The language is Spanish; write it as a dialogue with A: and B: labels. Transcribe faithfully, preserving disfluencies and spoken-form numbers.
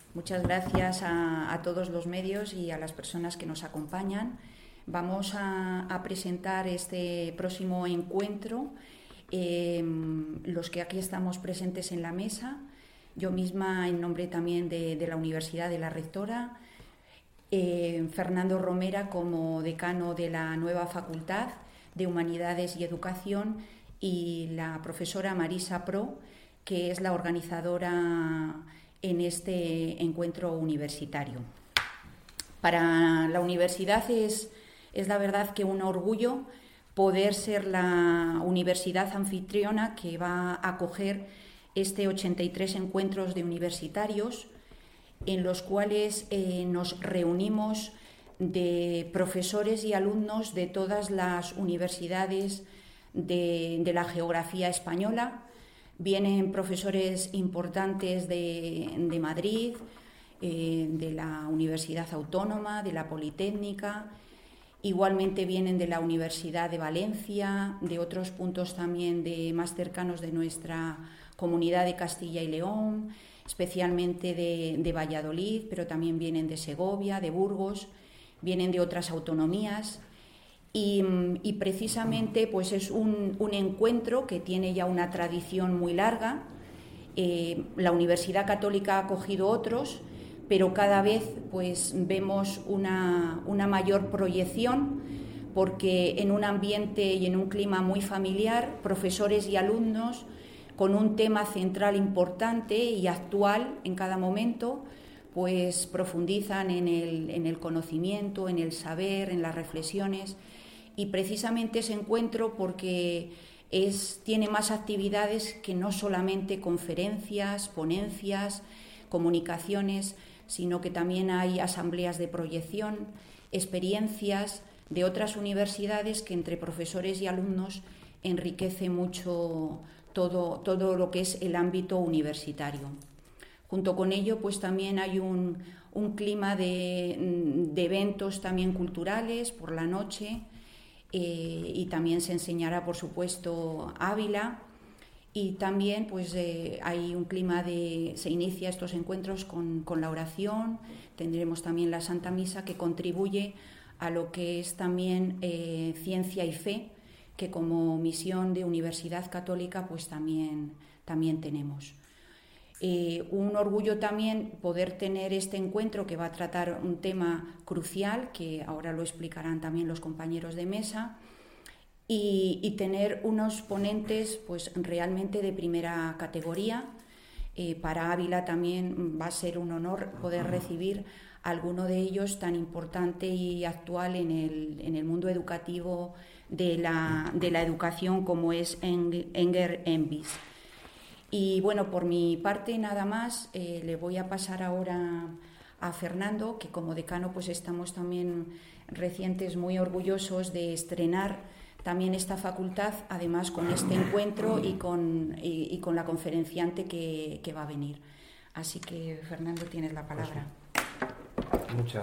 A: Muchas gracias a, a todos los medios y a las personas que nos acompañan. Vamos a, a presentar este próximo encuentro, eh, los que aquí estamos presentes en la mesa, yo misma en nombre también de, de la Universidad, de la rectora, eh, Fernando Romera como decano de la nueva Facultad de Humanidades y Educación y la profesora Marisa Pro, que es la organizadora en este encuentro universitario. Para la universidad es, es la verdad que un orgullo poder ser la universidad anfitriona que va a acoger este ochenta y tres encuentros de universitarios en los cuales eh, nos reunimos de profesores y alumnos de todas las universidades de, de la geografía española. Vienen profesores importantes de, de Madrid, eh, de la Universidad Autónoma, de la Politécnica, igualmente vienen de la Universidad de Valencia, de otros puntos también de, más cercanos de nuestra comunidad de Castilla y León, especialmente de, de Valladolid, pero también vienen de Segovia, de Burgos, vienen de otras autonomías. Y, y precisamente pues es un, un encuentro que tiene ya una tradición muy larga. Eh, la Universidad Católica ha acogido otros, pero cada vez pues vemos una, una mayor proyección, porque en un ambiente y en un clima muy familiar, profesores y alumnos con un tema central importante y actual en cada momento, pues profundizan en el, en el conocimiento, en el saber, en las reflexiones. Y precisamente ese encuentro, porque es, tiene más actividades que no solamente conferencias, ponencias, comunicaciones, sino que también hay asambleas de proyección, experiencias de otras universidades que entre profesores y alumnos enriquece mucho todo, todo lo que es el ámbito universitario. Junto con ello, pues también hay un, un clima de, de eventos también culturales por la noche. Eh, y también se enseñará, por supuesto, Ávila, y también pues eh, hay un clima de, se inicia estos encuentros con, con la oración, tendremos también la Santa Misa, que contribuye a lo que es también eh, ciencia y fe, que como misión de Universidad Católica pues también, también tenemos. Eh, un orgullo también poder tener este encuentro que va a tratar un tema crucial, que ahora lo explicarán también los compañeros de mesa, y, y tener unos ponentes pues realmente de primera categoría. Eh, para Ávila también va a ser un honor poder recibir a alguno de ellos tan importante y actual en el, en el mundo educativo de la, de la educación como es Enger Envis. Y bueno, por mi parte nada más, eh, le voy a pasar ahora a Fernando, que como decano pues estamos también recientes muy orgullosos de estrenar también esta facultad, además con este encuentro y con, y, y con la conferenciante que, que va a venir. Así que, Fernando, tienes la palabra.
B: Muchas